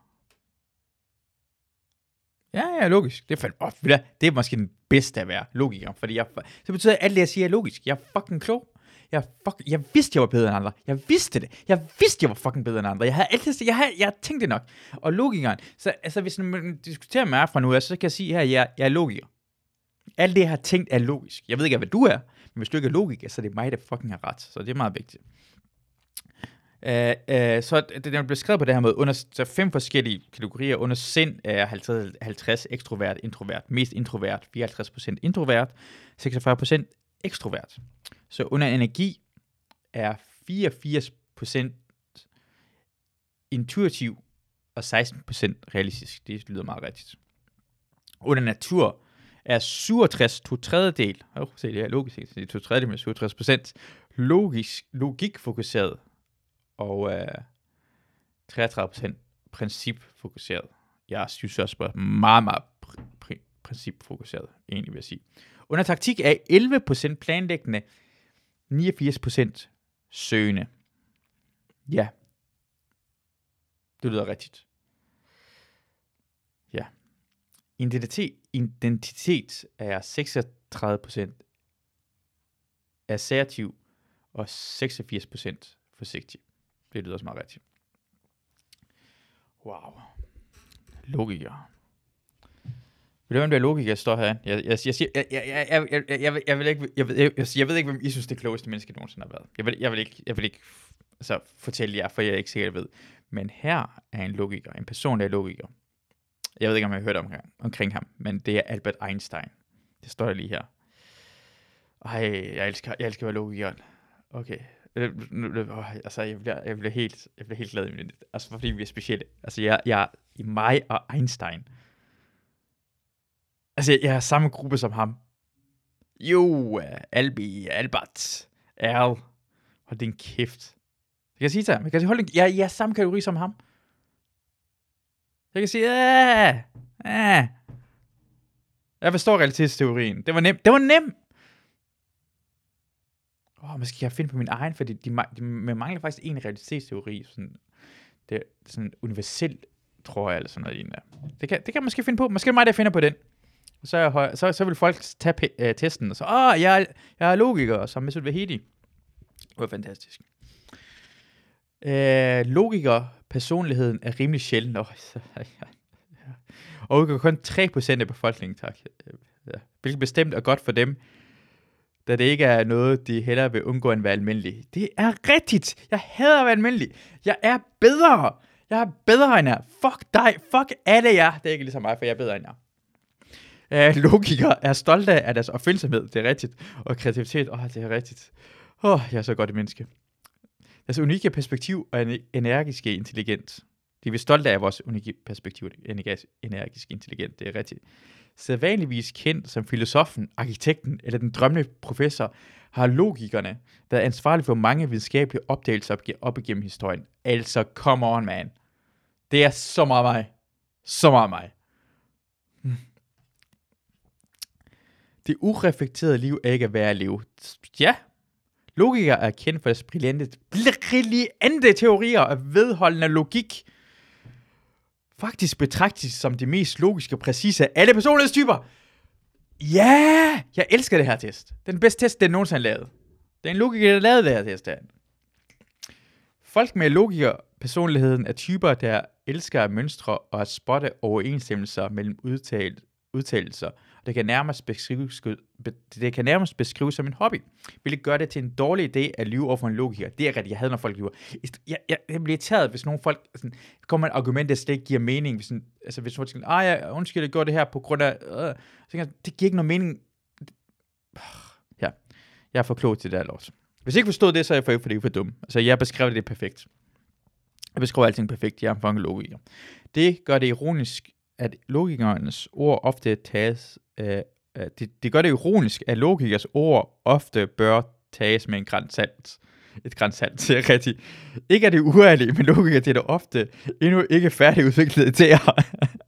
Ja, jeg er logisk. Det er, fandme, oh, det er måske den bedste at være logiker. Fordi jeg, så betyder at alt det, jeg siger, er logisk. Jeg er fucking klog. Jeg, fuck, jeg vidste, jeg var bedre end andre. Jeg vidste det. Jeg vidste, jeg var fucking bedre end andre. Jeg havde altid, jeg havde, jeg tænkte det nok. Og logikeren, så altså, hvis man diskuterer med mig fra nu af, så kan jeg sige her, at jeg, jeg er logiker. Alt det, jeg har tænkt, er logisk. Jeg ved ikke, hvad du er, men hvis du ikke er logiker, så er det mig, der fucking har ret. Så det er meget vigtigt. Uh, uh, så det, det er beskrevet på det her måde, under så fem forskellige kategorier. Under sind er halvtreds, halvtreds ekstrovert, introvert, mest introvert, fireoghalvtreds procent introvert, seksogfyrre procent ekstrovert. Så under energi er fireogfirs procent intuitiv og seksten procent realistisk. Det lyder meget rigtigt. Under natur er syvogtres, to tredjedel, oh, se det her logisk, det er to tredjedel med syvogtres procent, logisk, logikfokuseret, og øh, treogtredive procent principfokuseret. Jeg synes også bare meget, meget pr- pr- principfokuseret, egentlig vil jeg sige. Under taktik er elleve procent planlæggende, niogfirs procent søgende. Ja. Det lyder rigtigt. Ja. Identitet, identitet er seksogtredive procent assertiv og seksogfirs procent forsigtig. Det lyder også meget rigtigt. Wow. Logiker. Vil du hvem der logiker står her? Jeg, jeg, jeg, jeg, jeg, jeg, jeg, jeg, jeg, jeg, vil ikke, jeg, ved, jeg, jeg ved ikke, hvem I synes det klogeste menneske nogensinde har været. Jeg vil, jeg vil ikke, jeg vil ikke altså, fortælle jer, for jeg er ikke sikkert ved. Men her er en logiker, en person, der er logiker. Jeg ved ikke, om jeg har hørt om, omkring ham, men det er Albert Einstein. Det står der lige her. Ej, jeg elsker, jeg elsker at være logiker. Okay. Altså, jeg bliver, jeg bliver helt, jeg bliver helt glad i det. Altså, fordi vi er specielle. Altså, jeg, jeg i mig og Einstein. Altså, jeg, jeg er samme gruppe som ham. Jo, Albi, Albert, Al. Hold din kæft. Jeg kan sige til ham, jeg kan sige, hold din, jeg, jeg er samme kategori som ham. Jeg kan sige, æh, æh. Jeg forstår realitetsteorien. Det var nemt. Det var nemt. Åh, oh, måske kan jeg finde på min egen, fordi de, de, de mangler faktisk en realitetsteori. Sådan, det er sådan universelt, tror jeg, eller sådan noget. Det kan, det kan jeg måske finde på. Måske er det mig, der finder på den. Så, jeg, så, så vil folk tage uh, testen, og så, åh, oh, jeg, jeg er logiker, som Mesut Vahedi. Det var fantastisk. Uh, logiker, personligheden er rimelig sjælden. Oh, så, ja. Og udgør kun tre procent af befolkningen, tak. Ja. Hvilket bestemt er godt for dem, da det ikke er noget, de hellere vil undgå end at være almindelig. Det er rigtigt. Jeg hader at være almindelig. Jeg er bedre. Jeg er bedre end jer. Fuck dig. Fuck alle jer. Det er ikke ligesom mig, for jeg er bedre end jer. Uh, logikere er stolte af deres opfindsomhed. Det er rigtigt. Og kreativitet. Åh, oh, det er rigtigt. Åh, oh, jeg er så godt et menneske. Deres unikke perspektiv og energiske intelligens. De er stolte af vores unikke perspektiv, energisk intelligent. Det er rigtigt. Sædvanligvis kendt som filosofen, arkitekten eller den drømmende professor, har logikerne været ansvarlige for mange videnskabelige opdagelser op igennem historien. Altså, come on, man. Det er så meget mig. Så meget mig. Hmm. Det ureflekterede liv er ikke at være at leve. Ja. Logikere er kendt for deres brillante, brillante teorier og vedholdende logik. Faktisk betragtes som det mest logiske og præcise af alle personlighedstyper. Ja, yeah! Jeg elsker det her test. Det er den bedste test, den nogensinde har lavet. Det er en logiker, der lavede det her test. Der. Folk med logiker-personligheden er typer, der elsker at mønstre og at spotte overensstemmelser mellem udtalt, udtalelser. Det kan nærmest beskrives, det kan nærmest beskrives som en hobby, hvilket gør det til en dårlig idé at lyve over for en logiker. Det er rigtigt, jeg havde, når folk lyver. Jeg, jeg, jeg bliver irriteret, hvis nogle folk sådan, kommer med et argument, der slet ikke giver mening. Hvis, sådan, altså, hvis folk siger, ah, jeg undskyld, jeg gjorde det her på grund af... Øh, så jeg, det giver ikke nogen mening. Ja, jeg er for klog til det her lort. Hvis jeg ikke forstod det, så er jeg for ikke for det ikke for dum. Altså, jeg beskrev det perfekt. Jeg beskriver alting perfekt. Jeg er en fucking logiker. Det gør det ironisk, at logikernes ord ofte tages... Øh, det, det gør det ironisk, at logikers ord ofte bør tages med en gran salt. Et gran salt, det er rigtigt. Ikke er det uærligt, men logikere det er det ofte endnu ikke færdigudviklede idéer.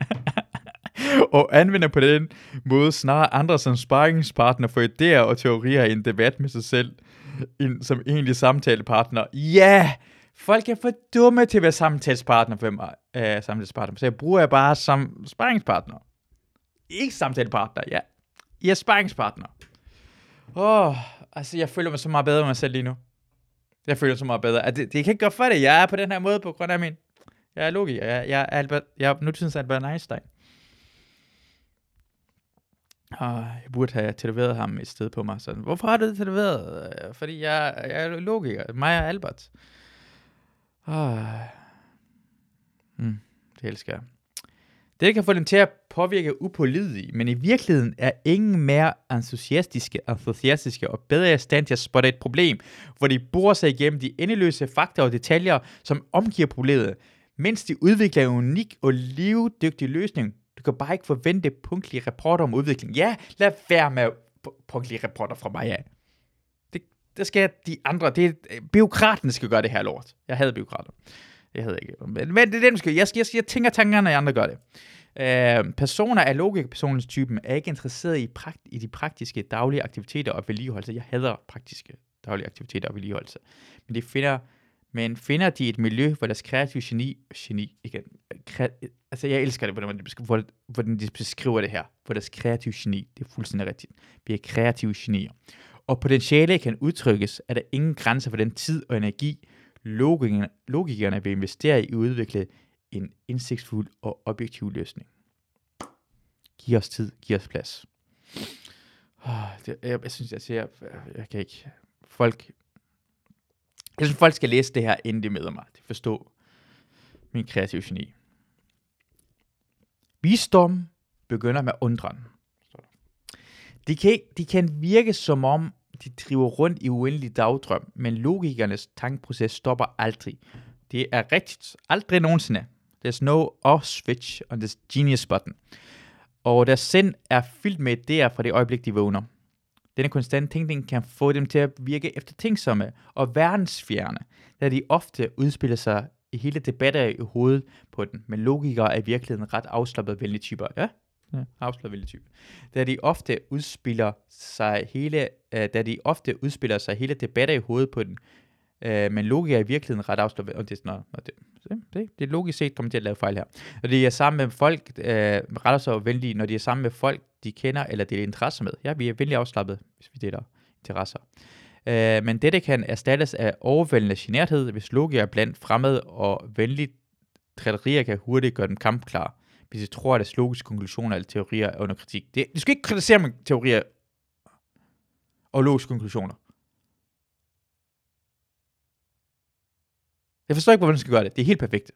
Og anvender på den måde snarere andre som sparringspartner for idéer og teorier i en debat med sig selv, end som egentlig samtalepartner. Ja! Yeah! Folk er for dumme til at være samtalepartner for mig. Øh, samtalepartner. Så jeg bruger jeg bare som sparringspartner. Ikke samtalepartner, ja. I er sparringspartner. Åh, oh, altså jeg føler mig så meget bedre med mig selv lige nu. Jeg føler mig så meget bedre. Det, det kan ikke gøre for det. Jeg er på den her måde på grund af min... Jeg er logiker. Jeg, jeg er Albert... Jeg er nutidens Albert Einstein. Og jeg burde have tatoveret ham i stedet på mig. Sådan, hvorfor har du det tatoveret? Fordi jeg, jeg er logiker. Mig og Albert. Ah. Mm, det elsker jeg. Det kan få dem til at påvirke upålidelige, men i virkeligheden er ingen mere entusiastiske, entusiastiske og bedre i stand til at spotte et problem, hvor de borer sig igennem de endeløse fakta og detaljer, som omgiver problemet, mens de udvikler en unik og levedygtig løsning. Du kan bare ikke forvente punktlige rapporter om udvikling. Ja, lad være med punktlige rapporter fra mig af. Det, det skal de andre, det er, bureaukraten skal gøre det her lort. Jeg hader bureaukrater. Jeg hedder ikke. Men, men det er dem, skal. Jeg, jeg, jeg tænker tankerne, når andre gør det. Øh, personer af logik-personlighedstypen er ikke interesseret i, prakt, i de praktiske daglige aktiviteter og vedligeholdelse. Jeg hader praktiske daglige aktiviteter og vedligeholdelse. Men de finder, men finder de et miljø, hvor deres kreative geni, geni igen, kre, altså jeg elsker det, hvordan de, beskriver, hvordan de beskriver det her, hvor deres kreative geni, det er fuldstændig rigtigt. Vi er kreative genier. Og potentiale kan udtrykkes, at der ingen grænser for den tid og energi, Logikerne, logikerne vil investere i at udvikle en indsigtsfuld og objektiv løsning. Giv os tid, giv os plads. Oh, det, jeg, jeg synes, jeg siger, jeg, jeg kan ikke. Folk, jeg synes, folk skal læse det her, inden de møder mig. De forstår min kreative geni. Visdom begynder med undren. De kan, de kan virke som om, de driver rundt i uendelig dagdrøm, men logikernes tankeproces stopper aldrig. Det er rigtigt. Aldrig nogensinde. There's no off switch on this genius button. Og deres sind er fyldt med idéer fra det øjeblik, de vågner. Denne konstant tænkning kan få dem til at virke eftertænksomme og verdensfjerne, da de ofte udspiller sig i hele debatter i hovedet på den, men logikere er i virkeligheden ret afslappede venlige typer. Ja? Ja, afslappet vilde type. Da de ofte udspiller sig hele, øh, da de ofte udspiller sig hele debatter i hovedet på den, øh, men logik er i virkeligheden ret afslappet. Og det er sådan noget, det, det, det er logisk set kommer til at lave fejl her. Når de er sammen med folk, øh, retter sig venlige, når de er sammen med folk, de kender eller deler interesser med. Ja, vi er venlige afslappet, hvis vi deler interesser. Øh, men dette kan erstattes af overvældende generthed, hvis logik er blandt fremmede og venlige drilleri kan hurtigt gøre dem kampklar, hvis I tror, at deres logiske konklusioner eller teorier er under kritik. Det, du skal ikke kritisere med teorier og logiske konklusioner. Jeg forstår ikke, hvordan man skal gøre det. Det er helt perfekt.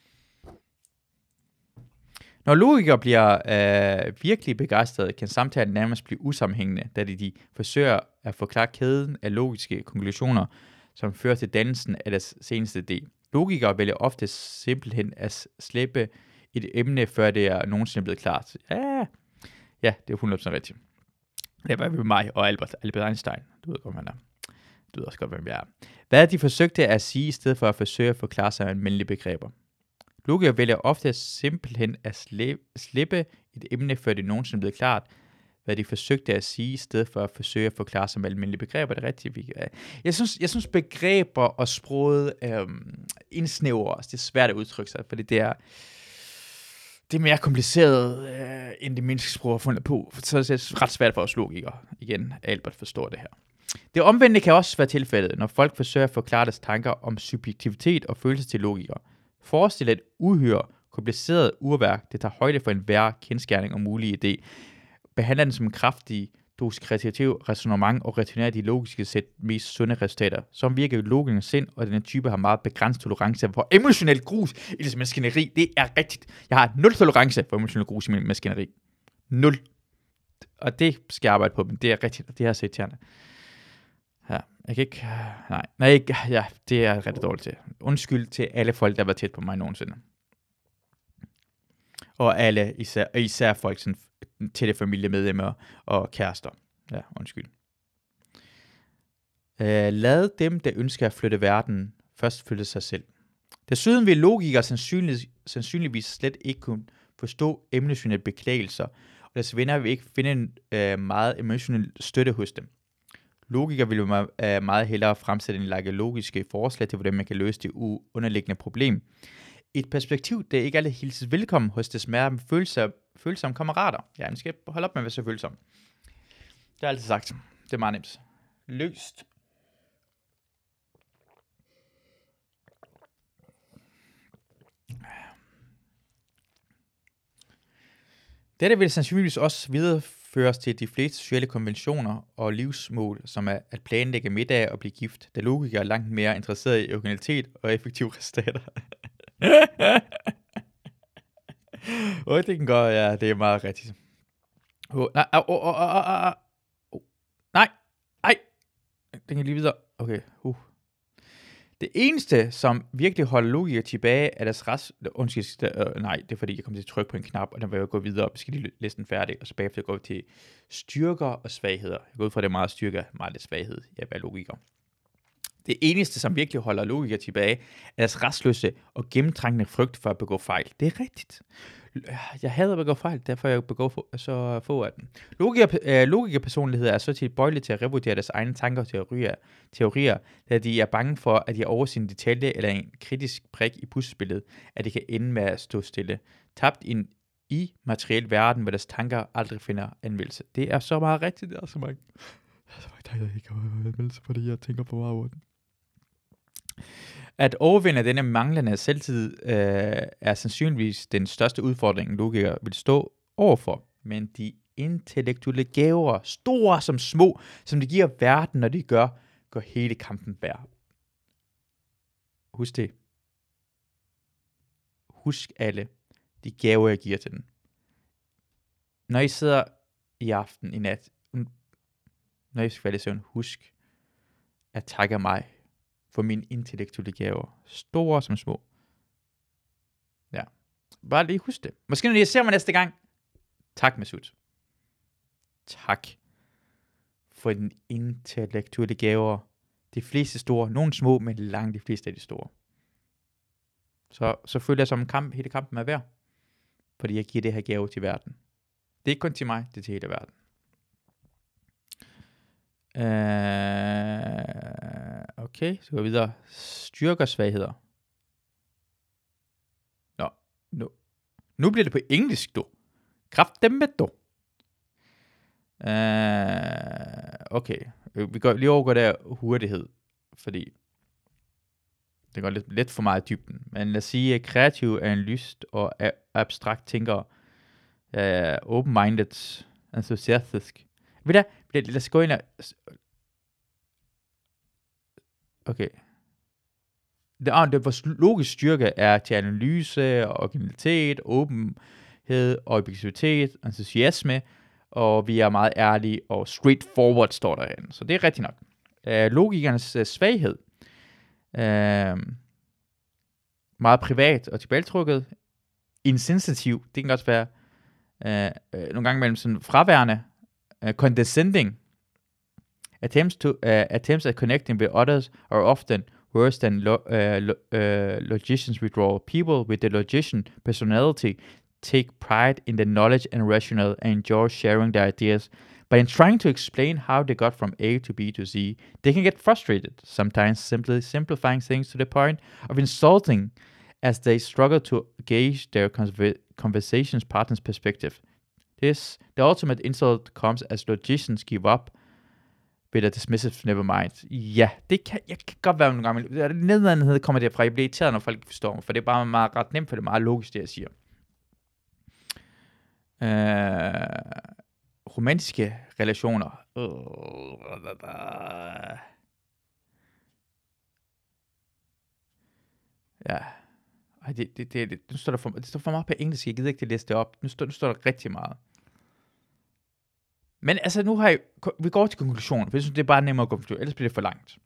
Når logikere bliver øh, virkelig begejstrede, kan samtalen nærmest blive usammenhængende, da de, de forsøger at forklare kæden af logiske konklusioner, som fører til dannelsen af deres seneste del. Logikere vælger ofte simpelthen at slippe et emne, før det er nogensinde blevet klart. Ja, ja, det er hundrede procent rigtigt. Det var med mig og Albert, Albert Einstein. Du ved godt, hvem han er. Du ved også godt, hvem jeg er. Hvad de forsøgte at sige, i stedet for at forsøge at forklare sig med almindelige begreber. Logikere vælger ofte simpelthen at slippe et emne, før det nogensinde er blevet klart, hvad de forsøgte at sige, i stedet for at forsøge at forklare sig med almindelige begreber. Det er rigtigt. Jeg synes, jeg synes begreber og sproget øhm, indsnæver os. Det er svært at udtrykke sig, fordi det er, det er mere kompliceret, øh, end det menneskelige sprog har fundet på. Så er det ret svært for os logikere. Igen, Albert forstår det her. Det omvendte kan også være tilfældet, når folk forsøger at forklare deres tanker om subjektivitet og følelse til logikere. Forestil et uhyre kompliceret urværk, det tager højde for en værre kendskærning og mulige idé. Behandler den som en kraftig dos kreativ resonemang og returnerer de logiske sæt mest sunde resultater. Som virker logikernes sind, og denne type har meget begrænset tolerance for emotionel grus i det maskineri. Det er rigtigt. Jeg har nul tolerance for emotionel grus i min maskineri. Nul. Og det skal jeg arbejde på, men det er rigtigt, og det har jeg set til herne. Ja, jeg kan ikke, nej, nej, ikke, ja, det er jeg rigtig dårligt til. Undskyld til alle folk, der var tæt på mig nogensinde. Og alle, især, især folk, sådan tætte familiemedlemmer og kærester. Ja, undskyld. Uh, lad dem, der ønsker at flytte verden, først flytte sig selv. Desuden vil logikere sandsynlig, sandsynligvis slet ikke kunne forstå emotionelle beklagelser, og deres venner vil ikke finde uh, meget emotionel støtte hos dem. Logikere vil jo uh, meget hellere fremsætte en række logiske forslag til, hvordan man kan løse det underliggende problem. Et perspektiv, der ikke alle hilses velkommen hos des mere følsomme, følsomme kammerater. Ja, man skal holde op med at være så følsom. Det har jeg altid sagt. Det er meget nemt. Løst. Dette vil sandsynligvis også videre føres til de fleste sociale konventioner og livsmål, som er at planlægge middag og blive gift, da logikere er langt mere interesseret i originalitet og effektive resultater. Åh, det kan godt, ja, det er meget rigtigt. Oh, nej, oh, oh, oh, oh, oh. nej, nej, den kan lige videre. Okay, uh. Det eneste, som virkelig holder logikere tilbage, er deres rest... Undskyld, øh, nej, det er fordi, jeg kom til at trykke på en knap, og den vil jeg gå videre, og vi skal lige læse den færdig, og så bagefter går vi til styrker og svagheder. Jeg går ud fra, at det er meget styrker, meget lidt svaghed i at være logiker. Det eneste, som virkelig holder logikere tilbage, er deres restløse og gennemtrængende frygt for at begå fejl. Det er rigtigt. Jeg hader at begå fejl, derfor jeg begår få, så få af dem. Logiker, øh, logikerpersonligheder er så tilbøjelige til at revurdere deres egne tanker og teorier, teorier, da de er bange for, at de over sin detalje eller en kritisk prik i puslespillet, at de kan ende med at stå stille. Tabt in, i materiel verden, hvor deres tanker aldrig finder anvendelse. Det er så meget rigtigt, det er så mange. Så mange tanker, jeg ikke har anvendelse, fordi jeg tænker på meget over den. At overvinde denne manglende selvtid øh, er sandsynligvis den største udfordring, logikere vil stå overfor. Men de intellektuelle gaver, store som små, som de giver verden, når de gør, går hele kampen værd. Husk det. Husk alle de gaver, jeg giver til den. Når I sidder i aften, i nat, når I skal falde i søvn, husk at takke mig for mine intellektuelle gaver. Store som små. Ja. Bare lige husk det. Måske når jeg ser mig næste gang. Tak, Masud. Tak for den intellektuelle gaver. De fleste store. Nogle små, men langt de fleste af de store. Så, så føler jeg som en kamp. Hele kampen er værd. Fordi jeg giver det her gave til verden. Det er ikke kun til mig. Det er til hele verden. Uh, okay, så går vi videre. Styrker og svagheder. Nå, nu. Nu bliver det på engelsk, du. Kraft dem med, du. Uh, okay, vi går lige overgår der hurtighed, fordi det går lidt, lidt for meget i dybden. Men lad os sige, at kreativ er en lyst og abstrakt tænker, uh, open-minded, enthusiastisk. Ved du, lad os gå ind og... Okay. Det, ah, det, vores logisk styrke er til analyse, originalitet, åbenhed, objektivitet, entusiasme, og vi er meget ærlige og straightforward, står derinde. Så det er rigtigt nok. Uh, logikernes uh, svaghed. Uh, meget privat og tilbagetrukket. Insensitiv, det kan også være uh, uh, nogle gange mellem sådan fraværende. Uh, condescending. Attempts to uh, attempts at connecting with others are often worse than lo- uh, lo- uh, logicians withdrawal. People with the logician personality take pride in the knowledge and rationale and enjoy sharing their ideas. But in trying to explain how they got from A to B to Z, they can get frustrated, sometimes simply simplifying things to the point of insulting as they struggle to gauge their conv- conversation's partner's perspective. This, the ultimate insult comes as logicians give up with a dismissive never mind. Ja, det kan, jeg kan godt være nogle gange. Nedladenhed kommer derfra. Jeg bliver irriteret, når folk ikke forstår mig, for det er bare meget ret nemt, for det er meget logisk, det jeg siger. Uh, romantiske relationer. Uh, ja. Ej, det, det, det, det, nu står der for, det står for meget på engelsk. Jeg gider ikke at læse det op. Nu står, nu står der rigtig meget. Men altså, nu har jeg... Vi går til konklusionen, for jeg synes, det er bare nemmere at gå, ellers bliver det for langt.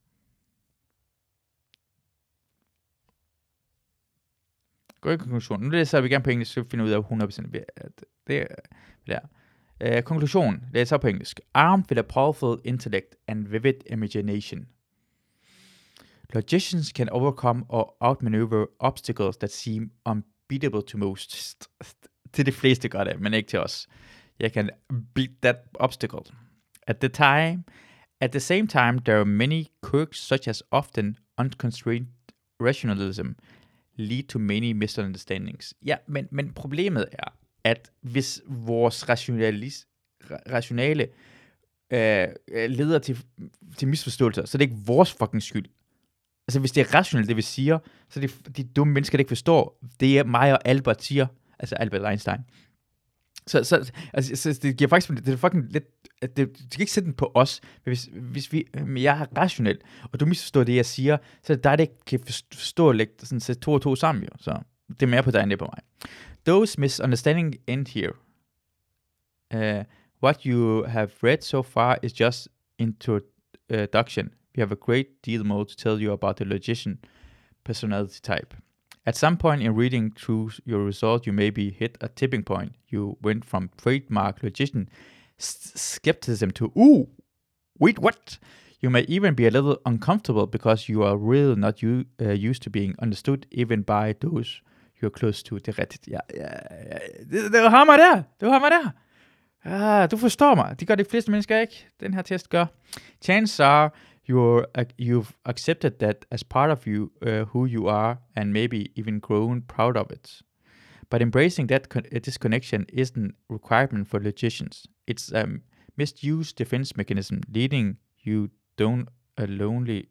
Gå i konklusionen. Nu læser vi gerne på engelsk, så finder vi ud af hundrede procent, at det er det er. Uh, konklusion. Læser på engelsk. Armed with a powerful intellect and vivid imagination, logicians can overcome or outmaneuver obstacles that seem unbeatable to most. Til de fleste gør det, men ikke til os. Jeg kan beat that obstacle. At the time, at the same time, there are many quirks, such as often unconstrained rationalism, lead to many misunderstandings. Ja, men, men problemet er, at hvis vores rationalis, rationale øh, leder til, til misforståelser, så er det ikke vores fucking skyld. Altså, hvis det er rationelt, det vi siger, så er det de dumme mennesker, der ikke forstår. Det er mig og Albert siger, altså Albert Einstein. Så, så altså, så det giver faktisk, det er fucking lidt, det, du kan ikke sætte den på os, hvis, hvis vi, jeg er rationel, og du misforstår det, jeg siger, så er det dig, der ikke kan forstå at lægge sådan, sætte to og to sammen, jo. Så det er mere på dig, end det på mig. Those misunderstandings end here. Uh, what you have read so far is just introduction. We have a great deal more to tell you about the logician personality type. At some point in reading through your result, you maybe hit a tipping point. You went from trademark logician skepticism to, ooh, wait, what? You may even be a little uncomfortable because you are really not u- uh, used to being understood even by those you're close to. Det er rigtigt. Ja, ja, ja. Det, det var hammer der. Det var hammer der. Ah, du forstår mig. Det gør de fleste mennesker ikke. Den her test gør. Chances are you're, uh, you've accepted that as part of you, uh, who you are, and maybe even grown proud of it. But embracing that con- disconnection isn't a requirement for logicians. It's a misused defense mechanism leading you down a lonely,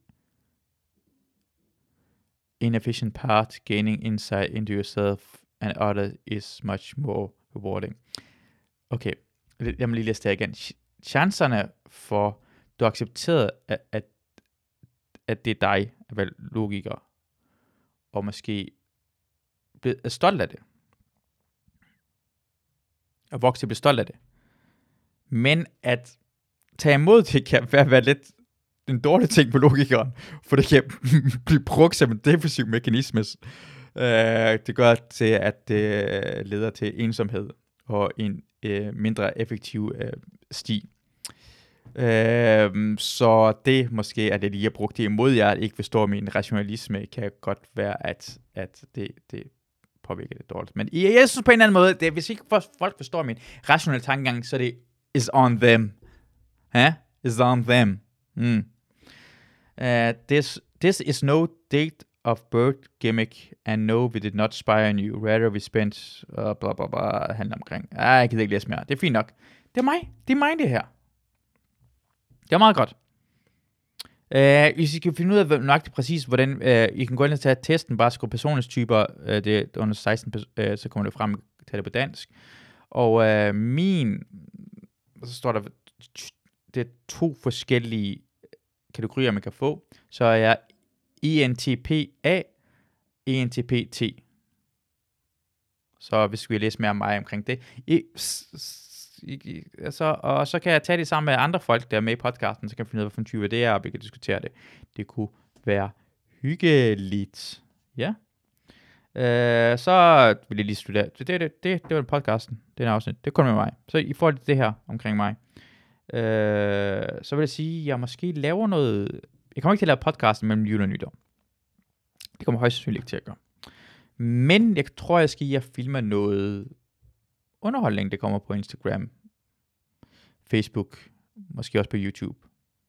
inefficient path. Gaining insight into yourself and others is much more rewarding. Okay, jeg må lige læse det igen. Chancerne for, du har accepteret, at, at, at det er dig, at være logiker, og måske er stolt af det, og vokse til at blive stolt af det. Men at tage imod det kan være, være lidt en dårlig ting på logikeren, for det kan blive brugt som en defensiv mekanisme. Uh, det gør til, at det leder til ensomhed og en uh, mindre effektiv uh, sti. Uh, så det måske er det lige at bruge det imod jer, at ikke forstår min rationalisme, kan godt være, at, at det, det påvirker det dårligt. Men jeg synes på en eller anden måde, det, hvis ikke folk forstår min rationelle tankegang, så det is on them. Huh? Is on them. Mm. Uh, this, this is no date of birth gimmick, and no, we did not spy on you. Rather, we spent uh, blah, blah, blah, handler omkring. Ah, jeg kan ikke læse mere. Det er fint nok. Det er mig. Det er mig, det her. Det er meget godt. Uh, hvis I kan finde ud af nøjagtigt præcis, hvordan uh, I kan gå ind og tage testen, bare skrive personlighedstyper, uh, det er under seksten, uh, så kommer det frem, tage det på dansk. Og uh, min, så står der, det er to forskellige kategorier, man kan få. Så er jeg E N T P A, E N T P T. Så hvis vi vil læse mere om mig omkring det. I, s, s, i, altså, og så kan jeg tage det sammen med andre folk, der er med i podcasten, så kan vi finde ud af, hvilken type det er, og vi kan diskutere det. Det kunne være hyggeligt. Ja. Øh, så vil jeg lige studere. Det, det, det, det, det var podcasten. Det er en afsnit. Det kommer med mig. Så I får det her omkring mig. Øh, så vil jeg sige, at jeg måske laver noget. Jeg kommer ikke til at lave podcasten mellem jul og nytår. Det kommer højst sandsynligt ikke til at gøre. Men jeg tror, jeg skal jeg filme noget underholdning, det kommer på Instagram, Facebook, måske også på YouTube.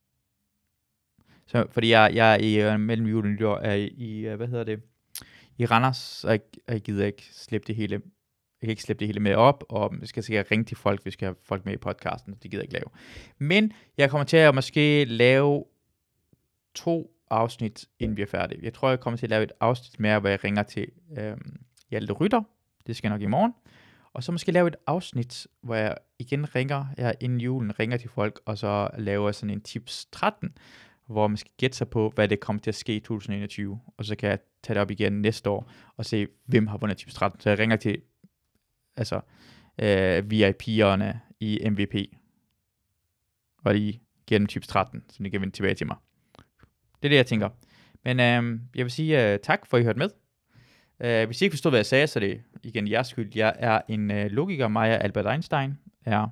Så, fordi jeg, jeg er i mellem jul og nytår, er i, hvad hedder det, i Randers, og jeg, jeg gider ikke slippe det hele. Jeg kan ikke slippe det hele med op, og jeg skal sikkert ringe til folk, hvis jeg skal have folk med i podcasten. Det gider jeg ikke lave. Men jeg kommer til at måske lave to afsnit, inden vi er færdige. Jeg tror, jeg kommer til at lave et afsnit mere, hvor jeg ringer til øhm, Hjalte Rytter. Det skal jeg nok i morgen. Og så måske lave et afsnit, hvor jeg igen ringer, jeg inden julen ringer til folk, og så laver sådan en tips tretten, hvor man skal gætte sig på, hvad det kommer til at ske i to tusind enogtyve. Og så kan jeg tage det op igen næste år, og se, hvem har vundet tips tretten. Så jeg ringer til altså øh, V I P'erne i M V P, og de giver dem tips tretten, så de kan vende tilbage til mig. Det er det, jeg tænker. Men øh, jeg vil sige uh, tak, for at I hørte med. Uh, hvis I ikke forstod, hvad jeg sagde, så er det igen jeres skyld. Jeg er en uh, logiker, mig og Albert Einstein er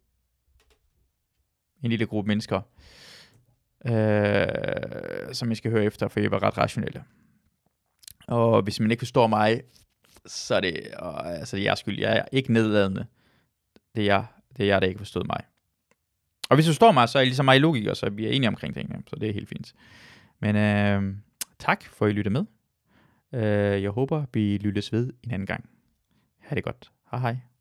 en lille gruppe mennesker, uh, som I skal høre efter, for I var ret rationelle. Og hvis man ikke forstår mig, så er det, uh, altså, det er jeres skyld. Jeg er ikke nedladende. Det er jeg, det er jeg der ikke forstod mig. Og hvis du forstår mig, så er I ligesom mig logiker, så vi er enige omkring tingene, så det er helt fint. Men øh, tak for, at I lyttede med. Øh, jeg håber, vi lyttes ved en anden gang. Ha' det godt. Hej hej.